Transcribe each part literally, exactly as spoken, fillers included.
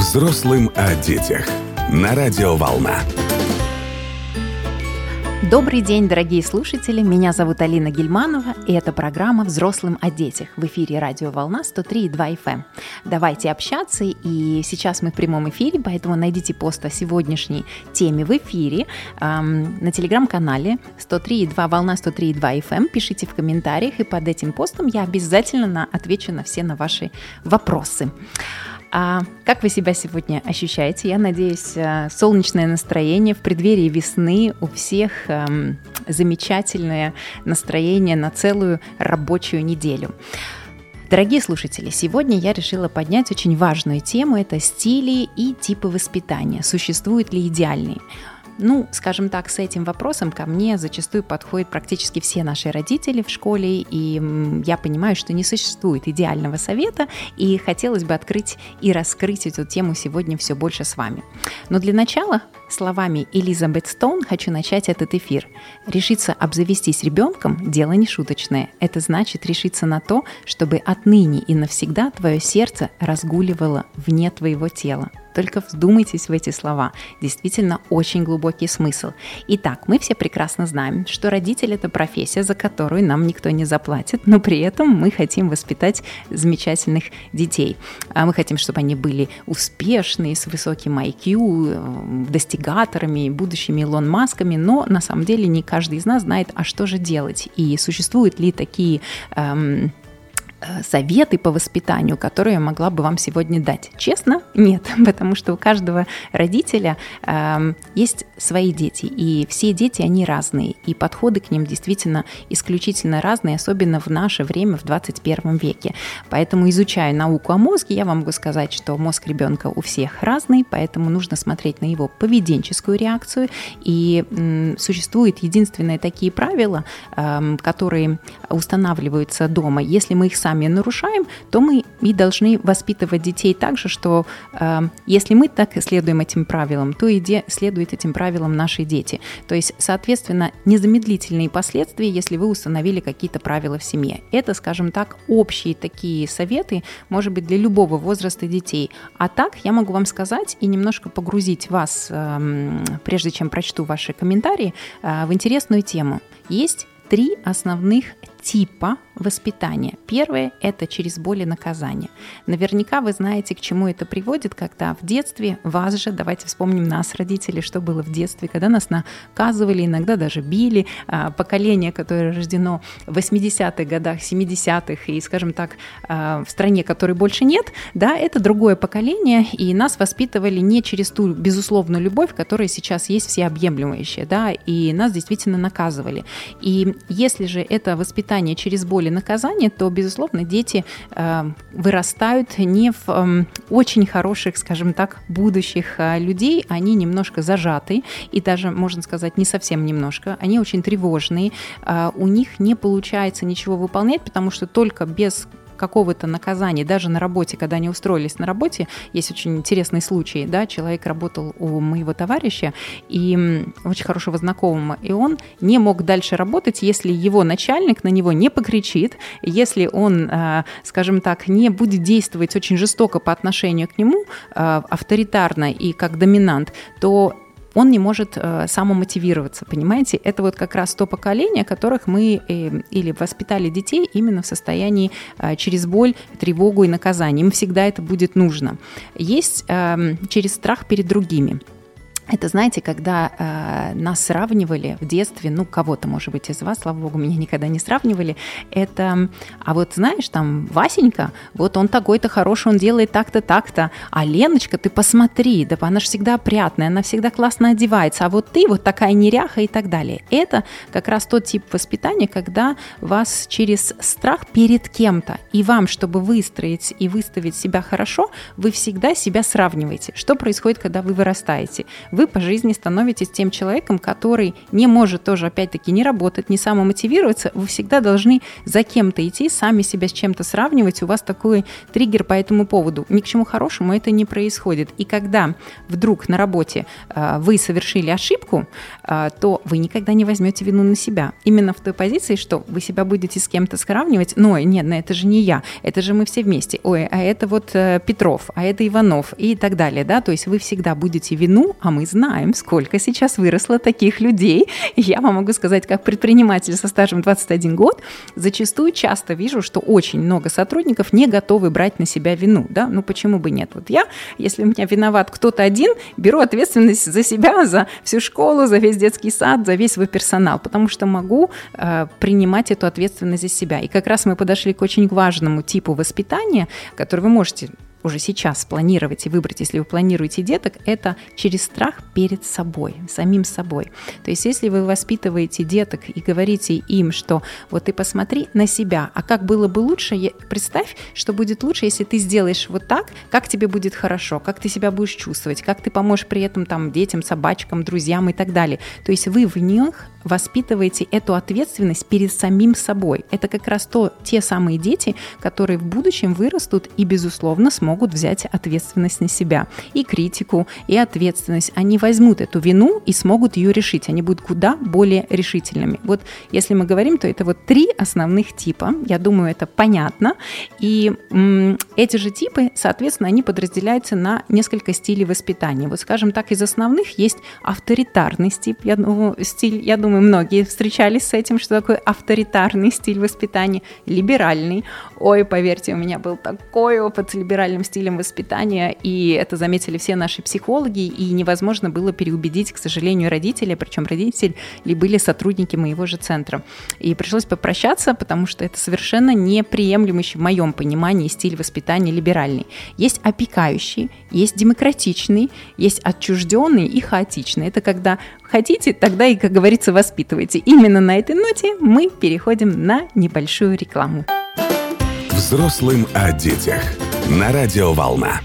Взрослым о детях. На Радио Волна. Добрый день, дорогие слушатели. Меня зовут Алина Гельманова, и это программа «Взрослым о детях» в эфире Радио Волна сто три и два эф эм. Давайте общаться, и сейчас мы в прямом эфире, поэтому найдите пост о сегодняшней теме в эфире эм, на телеграм-канале сто три и два Волна сто три и два эф эм. Пишите в комментариях, и под этим постом я обязательно на, отвечу на все на ваши вопросы. А как вы себя сегодня ощущаете? Я надеюсь, солнечное настроение в преддверии весны, у всех эм, замечательное настроение на целую рабочую неделю. Дорогие слушатели, сегодня я решила поднять очень важную тему – это стили и типы воспитания. Существуют ли идеальные? Ну, скажем так, с этим вопросом ко мне зачастую подходят практически все наши родители в школе, и я понимаю, что не существует идеального совета, и хотелось бы открыть и раскрыть эту тему сегодня все больше с вами. Но для начала словами Элизабет Стоун хочу начать этот эфир. Решиться обзавестись ребенком – дело не шуточное. Это значит решиться на то, чтобы отныне и навсегда твое сердце разгуливало вне твоего тела. Только вдумайтесь в эти слова. Действительно очень глубокий смысл. Итак, мы все прекрасно знаем, что родитель – это профессия, за которую нам никто не заплатит, но при этом мы хотим воспитать замечательных детей. Мы хотим, чтобы они были успешные, с высоким ай кью, достигаторами, будущими Илон Масками, но на самом деле не каждый из нас знает, а что же делать, и существуют ли такие эм, советы по воспитанию, которые я могла бы вам сегодня дать. Честно, нет, потому что у каждого родителя э, есть свои дети, и все дети, они разные, и подходы к ним действительно исключительно разные, особенно в наше время, в двадцать первом веке. Поэтому, изучая науку о мозге, я вам могу сказать, что мозг ребенка у всех разный, поэтому нужно смотреть на его поведенческую реакцию, и м, существуют единственные такие правила, э, которые устанавливаются дома. Если мы их сами нарушаем, то мы и должны воспитывать детей так же, что э, если мы так следуем этим правилам, то и де, следуют этим правилам наши дети. То есть, соответственно, незамедлительные последствия, если вы установили какие-то правила в семье. Это, скажем так, общие такие советы, может быть, для любого возраста детей. А так, я могу вам сказать и немножко погрузить вас, э, прежде чем прочту ваши комментарии, э, в интересную тему. Есть три основных типа воспитания. Первое – это через боль и наказание. Наверняка вы знаете, к чему это приводит, когда в детстве вас же, давайте вспомним нас, родители, что было в детстве, когда нас наказывали, иногда даже били. Поколение, которое рождено в восьмидесятых годах, семидесятых и, скажем так, в стране, которой больше нет, да, это другое поколение, и нас воспитывали не через ту безусловную любовь, которая сейчас есть всеобъемлющая, да, и нас действительно наказывали. И если же это воспитание через боль и наказание, то, безусловно, дети э, вырастают не в э, очень хороших, скажем так, будущих э, людей, они немножко зажаты, и даже, можно сказать, не совсем немножко, они очень тревожные, э, у них не получается ничего выполнять, потому что только без какого-то наказания, даже на работе, когда они устроились на работе, есть очень интересный случай, да, человек работал у моего товарища и очень хорошего знакомого, и он не мог дальше работать, если его начальник на него не покричит, если он, скажем так, не будет действовать очень жестоко по отношению к нему, авторитарно и как доминант, то он не может э, самомотивироваться, понимаете? Это вот как раз то поколение, которых мы э, или воспитали детей именно в состоянии э, через боль, тревогу и наказание. Им всегда это будет нужно. Есть э, через страх перед другими. Это, знаете, когда э, нас сравнивали в детстве, ну, кого-то, может быть, из вас, слава богу, меня никогда не сравнивали, это, а вот знаешь, там, Васенька, вот он такой-то хороший, он делает так-то, так-то, а Леночка, ты посмотри, да она же всегда опрятная, она всегда классно одевается, а вот ты вот такая неряха и так далее. Это как раз тот тип воспитания, когда вас через страх перед кем-то, и вам, чтобы выстроить и выставить себя хорошо, вы всегда себя сравниваете. Что происходит, когда вы вырастаете? вы по жизни становитесь тем человеком, который не может тоже, опять-таки, не работать, не самомотивироваться. Вы всегда должны за кем-то идти, сами себя с чем-то сравнивать. У вас такой триггер по этому поводу. Ни к чему хорошему это не происходит. И когда вдруг на работе э, вы совершили ошибку, э, то вы никогда не возьмете вину на себя. Именно в той позиции, что вы себя будете с кем-то сравнивать. Ну, нет, ну, это же не я, это же мы все вместе. Ой, а это вот э, Петров, а это Иванов и так далее. Да? То есть вы всегда будете вину, а мы знаем, сколько сейчас выросло таких людей. И я вам могу сказать, как предприниматель со стажем двадцать один год, зачастую часто вижу, что очень много сотрудников не готовы брать на себя вину. Да? Ну, почему бы нет? Вот я, если у меня виноват кто-то один, беру ответственность за себя, за всю школу, за весь детский сад, за весь свой персонал, потому что могу э, принимать эту ответственность за себя. И как раз мы подошли к очень важному типу воспитания, который вы можете уже сейчас спланировать и выбрать, если вы планируете деток, это через страх перед собой, самим собой. То есть если вы воспитываете деток и говорите им, что вот ты посмотри на себя, а как было бы лучше, представь, что будет лучше, если ты сделаешь вот так, как тебе будет хорошо, как ты себя будешь чувствовать, как ты поможешь при этом там детям, собачкам, друзьям и так далее. То есть вы в них воспитываете эту ответственность перед самим собой. Это как раз то, те самые дети, которые в будущем вырастут и, безусловно, смогут взять ответственность на себя. И критику, и ответственность. Они возьмут эту вину и смогут ее решить. Они будут куда более решительными. Вот если мы говорим, то это вот три основных типа. Я думаю, это понятно. И м- эти же типы, соответственно, они подразделяются на несколько стилей воспитания. Вот, скажем так, из основных есть авторитарный стиль. Я думаю, стиль, я думаю, многие встречались с этим, что такое авторитарный стиль воспитания. Либеральный. Ой, поверьте, у меня был такой опыт с либеральным стилем воспитания, и это заметили все наши психологи, и невозможно было переубедить, к сожалению, родителей, причем родители были сотрудники моего же центра. И пришлось попрощаться, потому что это совершенно неприемлемый в моем понимании стиль воспитания либеральный. Есть опекающий, есть демократичный, есть отчужденный и хаотичный. Это когда хотите, тогда и, как говорится, воспитывайте. Именно на этой ноте мы переходим на небольшую рекламу. Взрослым о детях. На радио «Волна».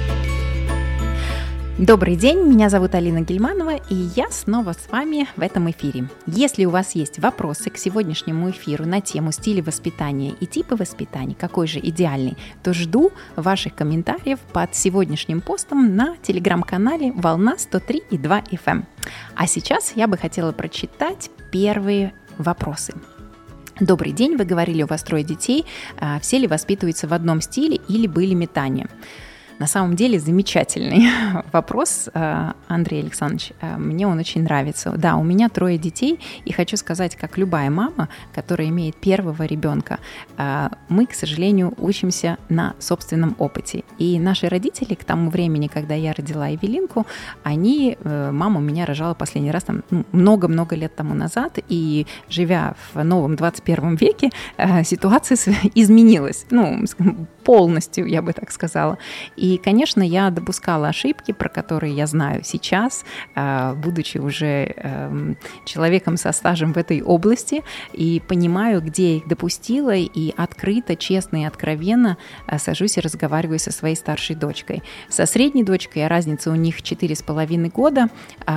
Добрый день, меня зовут Алина Гельманова, и я снова с вами в этом эфире. Если у вас есть вопросы к сегодняшнему эфиру на тему стиля воспитания и типы воспитания, какой же идеальный, то жду ваших комментариев под сегодняшним постом на телеграм-канале «Волна сто три и два эф эм». А сейчас я бы хотела прочитать первые вопросы. Добрый день, вы говорили, у вас трое детей, все ли воспитываются в одном стиле или были метания? На самом деле замечательный вопрос, Андрей Александрович. Мне он очень нравится. Да, у меня трое детей, и хочу сказать, как любая мама, которая имеет первого ребенка, мы, к сожалению, учимся на собственном опыте. И наши родители к тому времени, когда я родила Эвелинку, они, мама у меня рожала последний раз там много-много лет тому назад, и живя в новом двадцать первом веке, ситуация изменилась. Ну, полностью, я бы так сказала. И, конечно, я допускала ошибки, про которые я знаю сейчас, будучи уже человеком со стажем в этой области, и понимаю, где я их допустила, и открыто, честно и откровенно сажусь и разговариваю со своей старшей дочкой. Со средней дочкой, разница у них четыре с половиной года,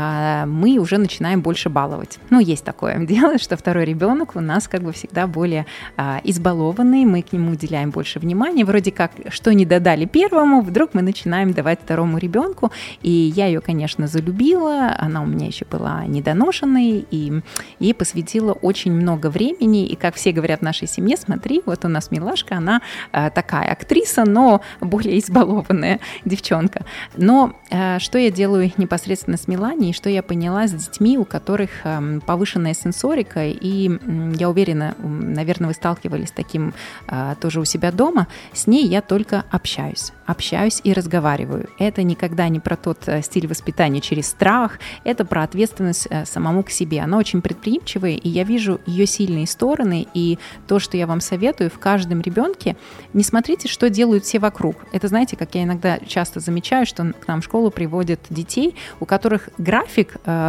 мы уже начинаем больше баловать. Ну, есть такое дело, что второй ребенок у нас как бы всегда более избалованный, мы к нему уделяем больше внимания, вроде как, что не додали первому, вдруг мы начинаем давать второму ребенку, и я ее, конечно, залюбила, она у меня еще была недоношенной, и ей посвятила очень много времени, и, как все говорят в нашей семье, смотри, вот у нас милашка, она а, такая актриса, но более избалованная девчонка. Но а, что я делаю непосредственно с Меланией, что я поняла с детьми, у которых а, повышенная сенсорика, и м, я уверена, наверное, вы сталкивались с таким а, тоже у себя дома, с ней я только общаюсь. Общаюсь и разговариваю. Это никогда не про тот стиль воспитания через страх, это про ответственность самому к себе. Она очень предприимчивая, и я вижу ее сильные стороны, и то, что я вам советую, в каждом ребенке не смотрите, что делают все вокруг. Это, знаете, как я иногда часто замечаю, что к нам в школу приводят детей, у которых график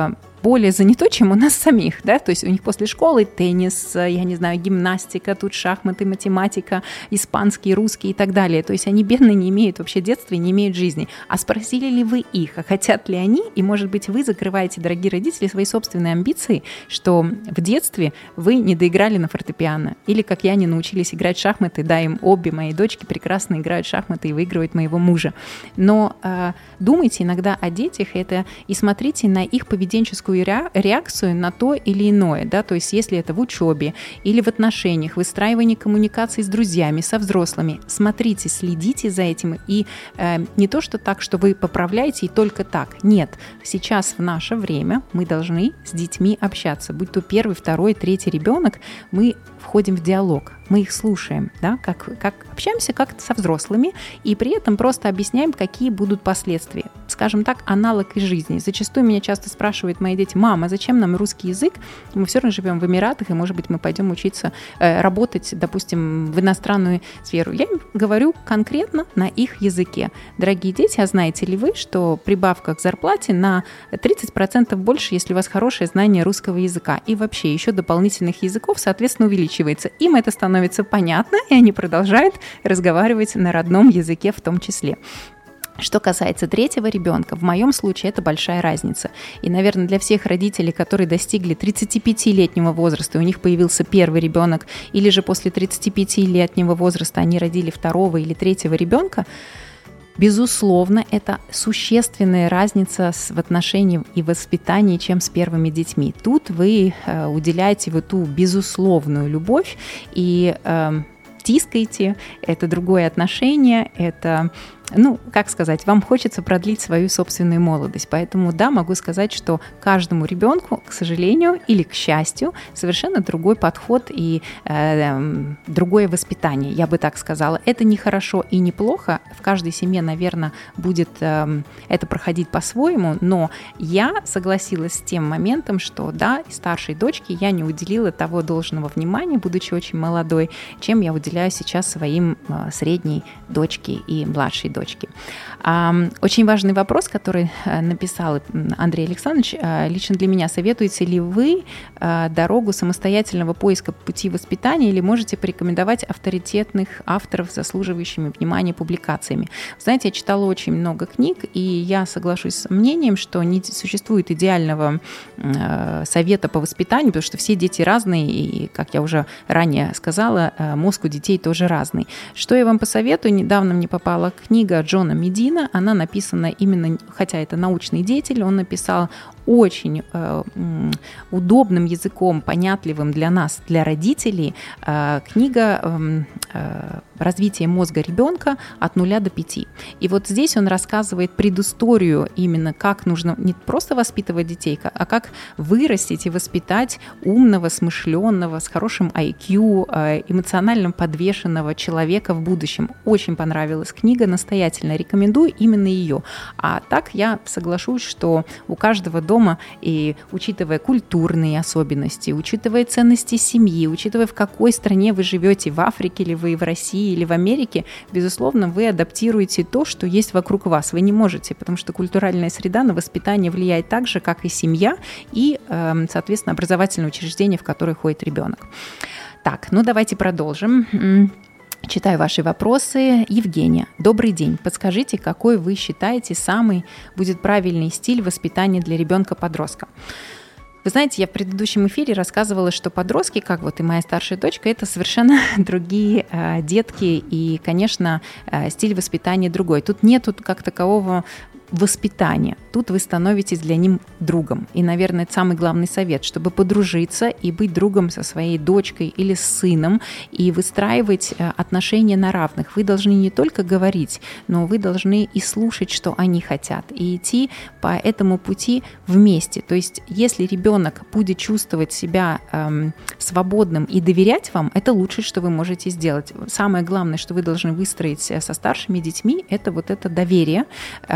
более занятой, чем у нас самих, да, то есть у них после школы теннис, я не знаю, гимнастика, тут шахматы, математика, испанский, русский и так далее, то есть они бедные, не имеют вообще детства и не имеют жизни. А спросили ли вы их, а хотят ли они, и, может быть, вы закрываете, дорогие родители, свои собственные амбиции, что в детстве вы не доиграли на фортепиано, или, как я, не научились играть в шахматы, да, им обе мои дочки прекрасно играют в шахматы и выигрывают моего мужа. Но э, думайте иногда о детях это, и смотрите на их поведенческую реакцию на то или иное, да, то есть если это в учебе или в отношениях, выстраивании коммуникации с друзьями, со взрослыми, смотрите, следите за этим, и э, не то, что так, что вы поправляете и только так, нет, сейчас в наше время мы должны с детьми общаться, будь то первый, второй, третий ребенок, мы входим в диалог, мы их слушаем, да, как, как общаемся как со взрослыми, и при этом просто объясняем, какие будут последствия. Скажем так, аналог из жизни. Зачастую меня часто спрашивают мои дети: мама, зачем нам русский язык? Мы все равно живем в Эмиратах, и, может быть, мы пойдем учиться э, работать, допустим, в иностранную сферу. Я им говорю конкретно на их языке. Дорогие дети, а знаете ли вы, что прибавка к зарплате на тридцать процентов больше, если у вас хорошее знание русского языка, и вообще еще дополнительных языков, соответственно, увеличивается. Им это становится понятно, и они продолжают разговаривать на родном языке в том числе. Что касается третьего ребенка, в моем случае это большая разница. И, наверное, для всех родителей, которые достигли тридцатипятилетнего возраста, у них появился первый ребенок, или же после тридцатипятилетнего возраста они родили второго или третьего ребенка, безусловно, это существенная разница в отношении и воспитании, чем с первыми детьми. Тут вы уделяете вот ту безусловную любовь и э, тискаете, это другое отношение, это... Ну, как сказать, вам хочется продлить свою собственную молодость. Поэтому, да, могу сказать, что каждому ребенку, к сожалению или к счастью, совершенно другой подход и э, другое воспитание, я бы так сказала. Это не хорошо и не плохо. В каждой семье, наверное, будет э, это проходить по-своему, но я согласилась с тем моментом, что, да, старшей дочке я не уделила того должного внимания, будучи очень молодой, чем я уделяю сейчас своим э, средней дочке и младшей дочке. Очень важный вопрос, который написал Андрей Александрович. Лично для меня: советуете ли вы дорогу самостоятельного поиска пути воспитания или можете порекомендовать авторитетных авторов, заслуживающими внимания публикациями? Знаете, я читала очень много книг, и я соглашусь с мнением, что не существует идеального совета по воспитанию, потому что все дети разные, и, как я уже ранее сказала, мозг у детей тоже разный. Что я вам посоветую? Недавно мне попала книга Джона Медина, она написана именно, хотя это научный деятель, он написал очень э, удобным языком, понятливым для нас, для родителей, э, книга э, э, «Развитие мозга ребенка от нуля до пяти». И вот здесь он рассказывает предысторию именно, как нужно не просто воспитывать детей, а как вырастить и воспитать умного, смышленного, с хорошим ай кью, э, эмоционально подвешенного человека в будущем. Очень понравилась книга, настоятельно рекомендую именно ее. А так я соглашусь, что у каждого дома, и учитывая культурные особенности, учитывая ценности семьи, учитывая, в какой стране вы живете, в Африке или вы в России или в Америке, безусловно, вы адаптируете то, что есть вокруг вас. Вы не можете, потому что культуральная среда на воспитание влияет так же, как и семья и, соответственно, образовательное учреждение, в которое ходит ребенок. Так, ну давайте продолжим. Читаю ваши вопросы. Евгения, добрый день. Подскажите, какой вы считаете самый будет правильный стиль воспитания для ребенка-подростка? Вы знаете, я в предыдущем эфире рассказывала, что подростки, как вот и моя старшая дочка, это совершенно другие э, детки, и, конечно, э, стиль воспитания другой. Тут нету как такового воспитания. Тут вы становитесь для них другом. И, наверное, это самый главный совет, чтобы подружиться и быть другом со своей дочкой или с сыном и выстраивать отношения на равных. Вы должны не только говорить, но вы должны и слушать, что они хотят, и идти по этому пути вместе. То есть, если ребенок будет чувствовать себя эм, свободным и доверять вам, это лучшее, что вы можете сделать. Самое главное, что вы должны выстроить со старшими детьми, это вот это доверие э, и понимание,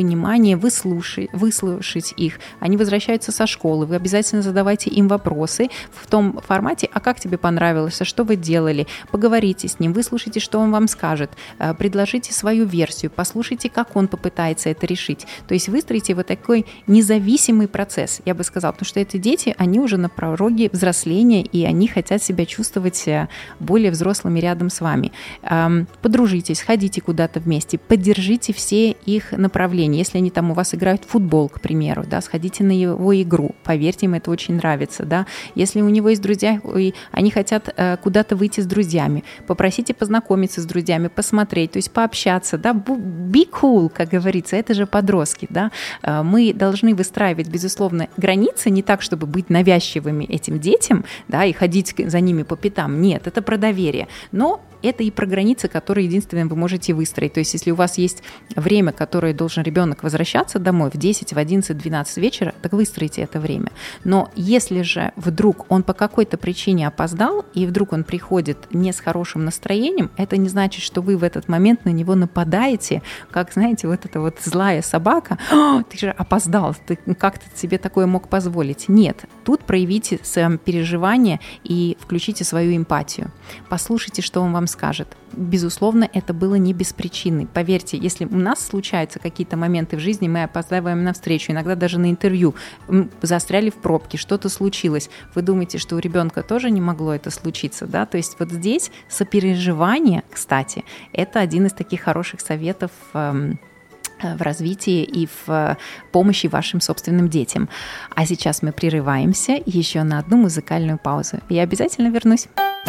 понимание, выслушать, выслушать их. Они возвращаются со школы, вы обязательно задавайте им вопросы в том формате: а как тебе понравилось, а что вы делали? Поговорите с ним, выслушайте, что он вам скажет, предложите свою версию, послушайте, как он попытается это решить. То есть выстроите вот такой независимый процесс, я бы сказала, потому что эти дети, они уже на пороге взросления, и они хотят себя чувствовать более взрослыми рядом с вами. Подружитесь, ходите куда-то вместе, поддержите все их направления. Если они там у вас играют в футбол, к примеру, да, сходите на его игру, поверьте, им это очень нравится. Да. Если у него есть друзья, и они хотят куда-то выйти с друзьями, попросите познакомиться с друзьями, посмотреть, то есть пообщаться, да, be cool, как говорится, это же подростки, да. Мы должны выстраивать, безусловно, границы не так, чтобы быть навязчивыми этим детям, да, и ходить за ними по пятам. Нет, это про доверие. Но это и про границы, которые единственное вы можете выстроить. То есть если у вас есть время, которое должен ребенок возвращаться домой в десять, в одиннадцать, двенадцать вечера, так выстройте это время. Но если же вдруг он по какой-то причине опоздал, и вдруг он приходит не с хорошим настроением, это не значит, что вы в этот момент на него нападаете, как, знаете, вот эта вот злая собака: «О, ты же опоздал, ты как ты себе такое мог позволить?» Нет, тут проявите переживание и включите свою эмпатию. Послушайте, что он вам скажет. Безусловно, это было не без причины. Поверьте, если у нас случаются какие-то моменты в жизни, мы опаздываем на встречу, иногда даже на интервью, застряли в пробке, что-то случилось. Вы думаете, что у ребенка тоже не могло это случиться, да? То есть вот здесь сопереживание, кстати, это один из таких хороших советов в развитии и в помощи вашим собственным детям. А сейчас мы прерываемся еще на одну музыкальную паузу. Я обязательно вернусь.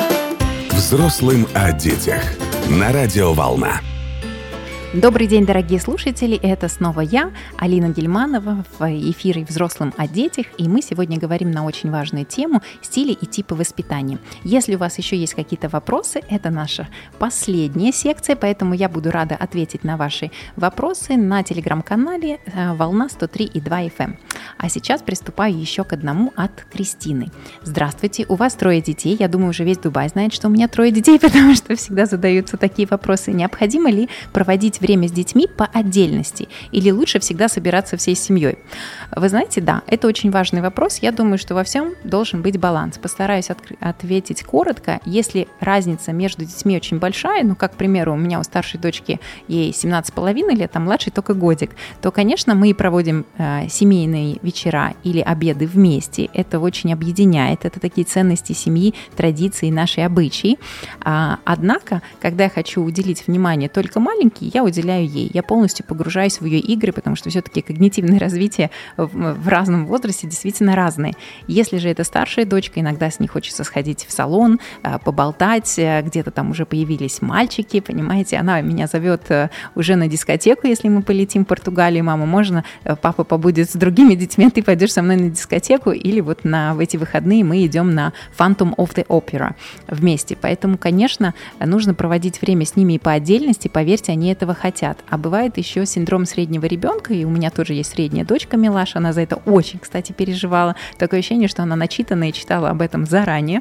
Взрослым о детях. На Радио Волна. Добрый день, дорогие слушатели, это снова я, Алина Гельманова, в эфире «Взрослым о детях», и мы сегодня говорим на очень важную тему стили и типы воспитания. Если у вас еще есть какие-то вопросы, это наша последняя секция, поэтому я буду рада ответить на ваши вопросы на телеграм-канале «Волна сто три и два эф эм». А сейчас приступаю еще к одному от Кристины. Здравствуйте, у вас трое детей, я думаю, уже весь Дубай знает, что у меня трое детей, потому что всегда задаются такие вопросы. Необходимо ли проводить время с детьми по отдельности или лучше всегда собираться всей семьей? Вы знаете, да, это очень важный вопрос. Я думаю, что во всем должен быть баланс. Постараюсь от- ответить коротко. Если разница между детьми очень большая, ну, как, к примеру, у меня у старшей дочки ей семнадцать с половиной лет, а младшей только годик, то, конечно, мы проводим э, семейные вечера или обеды вместе. Это очень объединяет. Это такие ценности семьи, традиции, наши обычаи. А, однако, когда я хочу уделить внимание только маленький, я уделяю ей. Я полностью погружаюсь в ее игры, потому что все-таки когнитивное развитие в, в разном возрасте действительно разное. Если же это старшая дочка, иногда с ней хочется сходить в салон, поболтать, где-то там уже появились мальчики, понимаете, она меня зовет уже на дискотеку, если мы полетим в Португалию: мама, можно папа побудет с другими детьми, а ты пойдешь со мной на дискотеку? Или вот на, в эти выходные мы идем на Phantom of the Opera вместе. Поэтому, конечно, нужно проводить время с ними и по отдельности, поверьте, они этого хотят. А бывает еще синдром среднего ребенка, и у меня тоже есть средняя дочка Милаша, она за это очень, кстати, переживала. Такое ощущение, что она начитана и читала об этом заранее.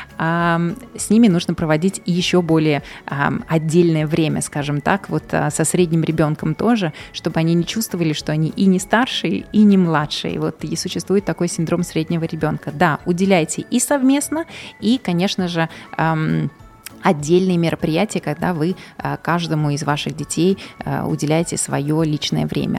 А с ними нужно проводить еще более а, отдельное время, скажем так, вот а, со средним ребенком тоже, чтобы они не чувствовали, что они и не старшие, и не младшие. Вот и существует такой синдром среднего ребенка. Да, уделяйте и совместно, и, конечно же, ам, отдельные мероприятия, когда вы каждому из ваших детей уделяете свое личное время.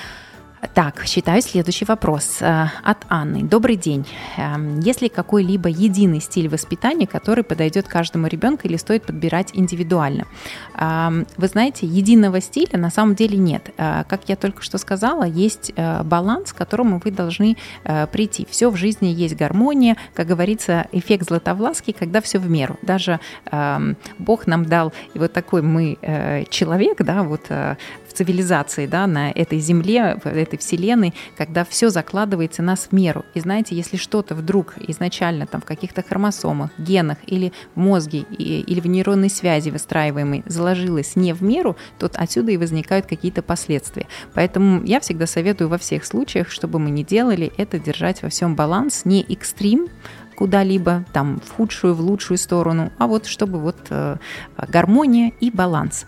Так, считаю следующий вопрос от Анны. Добрый день. Есть ли какой-либо единый стиль воспитания, который подойдет каждому ребенку, или стоит подбирать индивидуально? Вы знаете, единого стиля на самом деле нет. Как я только что сказала, есть баланс, к которому вы должны прийти. Все в жизни есть гармония, как говорится, эффект Златовласки, когда все в меру. Даже Бог нам дал, и вот такой мы человек, да, вот в цивилизации, да, на этой земле, в этой вселенной, когда все закладывается нас в меру. И знаете, если что-то вдруг изначально там в каких-то хромосомах, генах или в мозге и, или в нейронной связи выстраиваемой заложилось не в меру, то отсюда и возникают какие-то последствия. Поэтому я всегда советую во всех случаях, чтобы мы не делали, это держать во всем баланс, не экстрим куда-либо, там, в худшую, в лучшую сторону, а вот чтобы вот э, гармония и баланс.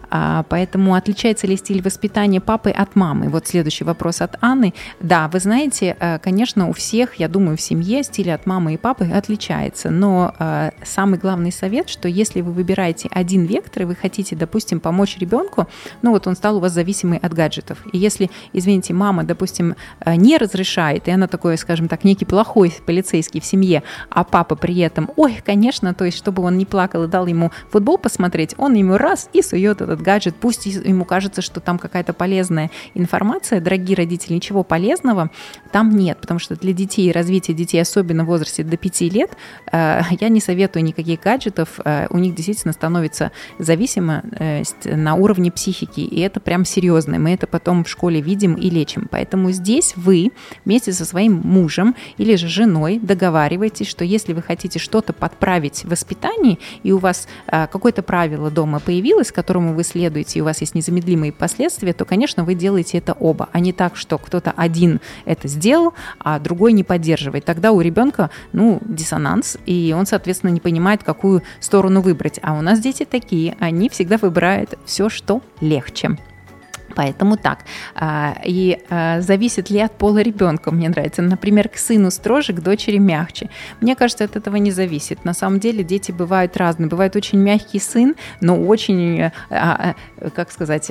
Поэтому отличается ли стиль воспитания папы от мамы? Вот следующий вопрос от Анны. Да, вы знаете, конечно, у всех, я думаю, в семье стиль от мамы и папы отличается, но самый главный совет, что если вы выбираете один вектор, и вы хотите, допустим, помочь ребенку, ну вот он стал у вас зависимый от гаджетов, и если, извините, мама, допустим, не разрешает, и она такой, скажем так, некий плохой полицейский в семье, а папа при этом, ой, конечно, то есть, чтобы он не плакал и дал ему футбол посмотреть, он ему раз и сует этот гаджет, пусть ему кажется, что там какая-то полезная информация, дорогие родители, ничего полезного там нет, потому что для детей, развития детей, особенно в возрасте до пяти лет, я не советую никаких гаджетов, у них действительно становится зависимость на уровне психики, и это прям серьезно, мы это потом в школе видим и лечим, поэтому здесь вы вместе со своим мужем или же женой договариваетесь, что если вы хотите что-то подправить в воспитании, и у вас какое-то правило дома появилось, которому вы следуете, и у вас есть незамедлимые последствия, то, конечно, вы делаете это оба, а не так, что кто-то один это сделал, а другой не поддерживает. Тогда у ребенка, ну, диссонанс, и он, соответственно, не понимает, какую сторону выбрать. А у нас дети такие, они всегда выбирают все, что легче. Поэтому так. И зависит ли от пола ребенка, мне нравится. Например, к сыну строже, к дочери мягче. Мне кажется, от этого не зависит. На самом деле дети бывают разные. Бывает очень мягкий сын, но очень, как сказать,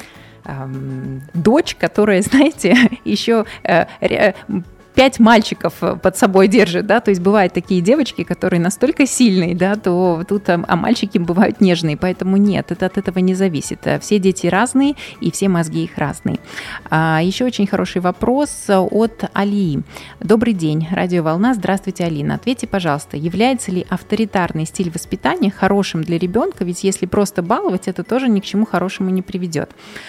дочь, которая, знаете, еще пять мальчиков под собой держит, да, то есть бывают такие девочки, которые настолько сильные, да, то тут, а, а мальчики бывают нежные, поэтому нет, это от этого не зависит. Все дети разные, и все мозги их разные. А, еще очень хороший вопрос от Алии. Добрый день, Радио Волна, здравствуйте, Алина. Ответьте, пожалуйста, является ли авторитарный стиль воспитания хорошим для ребенка, ведь если просто баловать, это тоже ни к чему хорошему не приведет.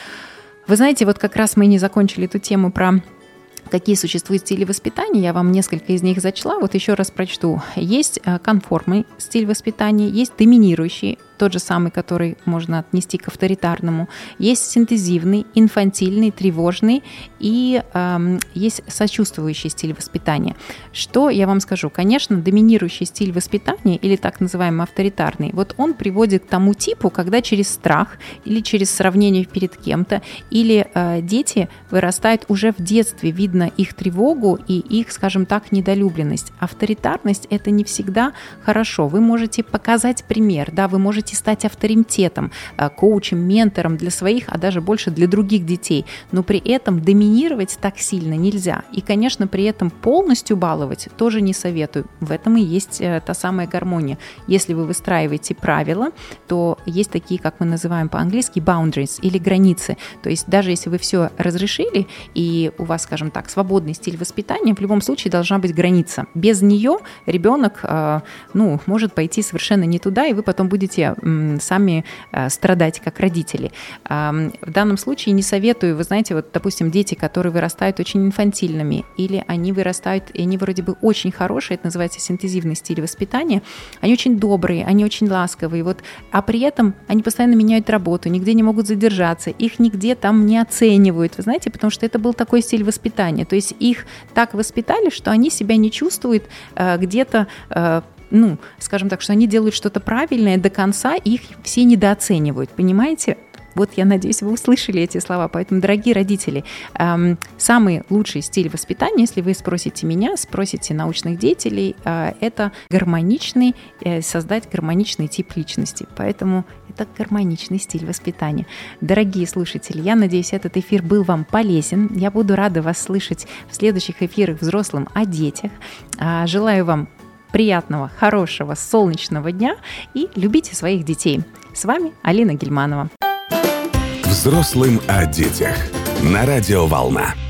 Вы знаете, вот как раз мы не закончили эту тему про какие существуют стили воспитания, я вам несколько из них зачла, вот еще раз прочту. Есть конформный стиль воспитания, есть доминирующий, тот же самый, который можно отнести к авторитарному, есть синтезивный, инфантильный, тревожный и э, есть сочувствующий стиль воспитания. Что я вам скажу? Конечно, доминирующий стиль воспитания или так называемый авторитарный, вот он приводит к тому типу, когда через страх или через сравнение перед кем-то, или э, дети вырастают уже в детстве, видно их тревогу и их, скажем так, недолюбленность. Авторитарность – это не всегда хорошо. Вы можете показать пример, да, вы можете стать авторитетом, коучем, ментором для своих, а даже больше для других детей. Но при этом доминировать так сильно нельзя. И, конечно, при этом полностью баловать тоже не советую. В этом и есть та самая гармония. Если вы выстраиваете правила, то есть такие, как мы называем по-английски, boundaries или границы. То есть даже если вы все разрешили, и у вас, скажем так, свободный стиль воспитания, в любом случае должна быть граница. Без нее ребенок, ну, может пойти совершенно не туда, и вы потом будете сами страдать как родители. В данном случае не советую, вы знаете, вот, допустим, дети, которые вырастают очень инфантильными, или они вырастают, и они вроде бы очень хорошие, это называется синтезивный стиль воспитания, они очень добрые, они очень ласковые, вот, а при этом они постоянно меняют работу, нигде не могут задержаться, их нигде там не оценивают, вы знаете, потому что это был такой стиль воспитания, то есть их так воспитали, что они себя не чувствуют э, где-то э, ну, скажем так, что они делают что-то правильное до конца, их все недооценивают, понимаете? Вот я надеюсь, вы услышали эти слова. Поэтому, дорогие родители, эм, самый лучший стиль воспитания, если вы спросите меня, спросите научных деятелей, э, это гармоничный, э, создать гармоничный тип личности. Поэтому это гармоничный стиль воспитания. Дорогие слушатели, я надеюсь, этот эфир был вам полезен. Я буду рада вас слышать в следующих эфирах «Взрослым о детях». Э, желаю вам приятного, хорошего, солнечного дня и любите своих детей. С вами Алина Гильманова. Взрослым о детях. На Радио Волна.